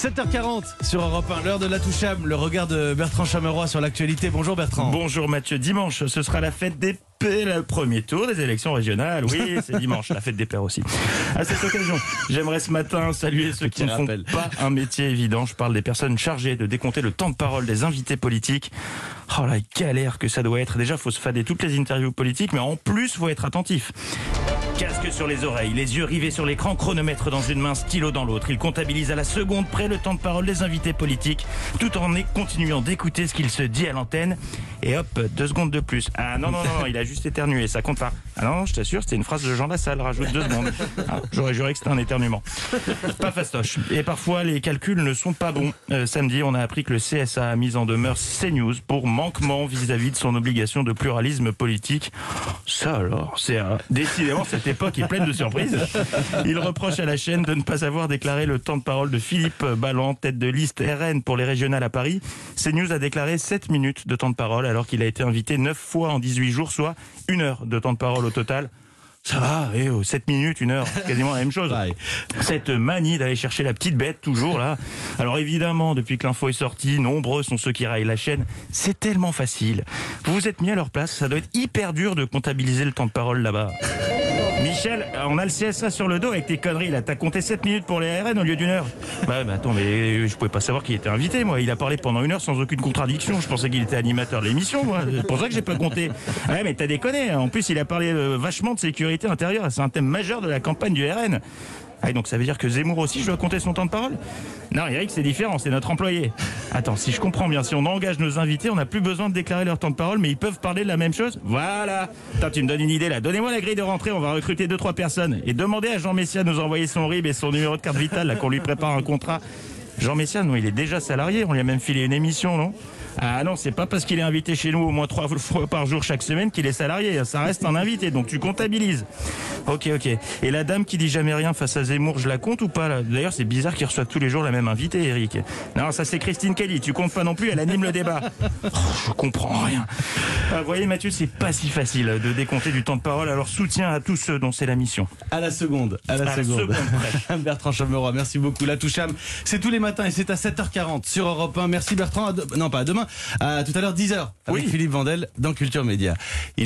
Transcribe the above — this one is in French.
7h40 sur Europe 1, l'heure de l'Intouchable, le regard de Bertrand Chameroy sur l'actualité. Bonjour Bertrand. Bonjour Mathieu. Dimanche, ce sera la fête des pères, le premier tour des élections régionales. Oui, c'est dimanche, la fête des pères aussi. À cette occasion, j'aimerais ce matin saluer ceux qui ne font pas un métier évident. Je parle des personnes chargées de décompter le temps de parole des invités politiques. Oh la galère que ça doit être. Déjà, faut se fader toutes les interviews politiques, mais en plus, faut être attentif. Casque sur les oreilles, les yeux rivés sur l'écran, chronomètre dans une main, stylo dans l'autre. Il comptabilise à la seconde près le temps de parole des invités politiques, tout en continuant d'écouter ce qu'il se dit à l'antenne. Et hop, 2 secondes de plus. Ah non, il a juste éternué, ça compte pas. Ah non, je t'assure, c'était une phrase de Jean Lassalle, rajoute 2 secondes. Ah, j'aurais juré que c'était un éternuement. Pas fastoche. Et parfois, les calculs ne sont pas bons. Samedi, on a appris que le CSA a mis en demeure CNews pour manquement vis-à-vis de son obligation de pluralisme politique. Ça alors, c'est décidément cette époque est pleine de surprises. Il reproche à la chaîne de ne pas avoir déclaré le temps de parole de Philippe Balland, tête de liste RN pour les régionales à Paris. CNews a déclaré 7 minutes de temps de parole alors qu'il a été invité 9 fois en 18 jours, soit 1 heure de temps de parole au total. Ça va, 7 minutes, 1 heure, quasiment la même chose. Cette manie d'aller chercher la petite bête, toujours là. Alors évidemment, depuis que l'info est sortie, nombreux sont ceux qui raillent la chaîne. C'est tellement facile. Vous vous êtes mis à leur place, ça doit être hyper dur de comptabiliser le temps de parole là-bas. Michel, on a le CSA sur le dos avec tes conneries là. T'as compté 7 minutes pour les RN au lieu d'1 heure. Bah attends, mais je pouvais pas savoir qu'il était invité, moi. Il a parlé pendant 1 heure sans aucune contradiction. Je pensais qu'il était animateur de l'émission, moi. C'est pour ça que j'ai pas compté. Ouais, mais t'as déconné. En plus, il a parlé vachement de sécurité intérieure. C'est un thème majeur de la campagne du RN. Ah, donc ça veut dire que Zemmour aussi, je dois compter son temps de parole? Non, Eric, c'est différent, c'est notre employé. Attends, si je comprends bien, si on engage nos invités, on n'a plus besoin de déclarer leur temps de parole, mais ils peuvent parler de la même chose? Voilà. Attends, tu me donnes une idée là. Donnez-moi la grille de rentrée, on va recruter 2-3 personnes. Et demandez à Jean Messia de nous envoyer son RIB et son numéro de carte vitale, là, qu'on lui prépare un contrat. Jean Messia, non, il est déjà salarié, on lui a même filé une émission, non? Ah non, c'est pas parce qu'il est invité chez nous au moins 3 fois par jour chaque semaine qu'il est salarié. Ça reste un invité, donc tu comptabilises. Ok. Et la dame qui dit jamais rien face à Zemmour, je la compte ou pas là? D'ailleurs, c'est bizarre qu'il reçoive tous les jours la même invitée, Eric. Non, ça c'est Christine Kelly. Tu comptes pas non plus, elle anime le débat. Je comprends rien. Vous voyez, Mathieu, c'est pas si facile de décompter du temps de parole. Alors soutien à tous ceux dont c'est la mission. À la seconde. Bertrand Chameroy, merci beaucoup. L'Intouchable, c'est tous les matins et c'est à 7h40 sur Europe 1. Merci Bertrand. Non, pas à demain. À tout à l'heure 10h avec Philippe Vandel dans Culture Média.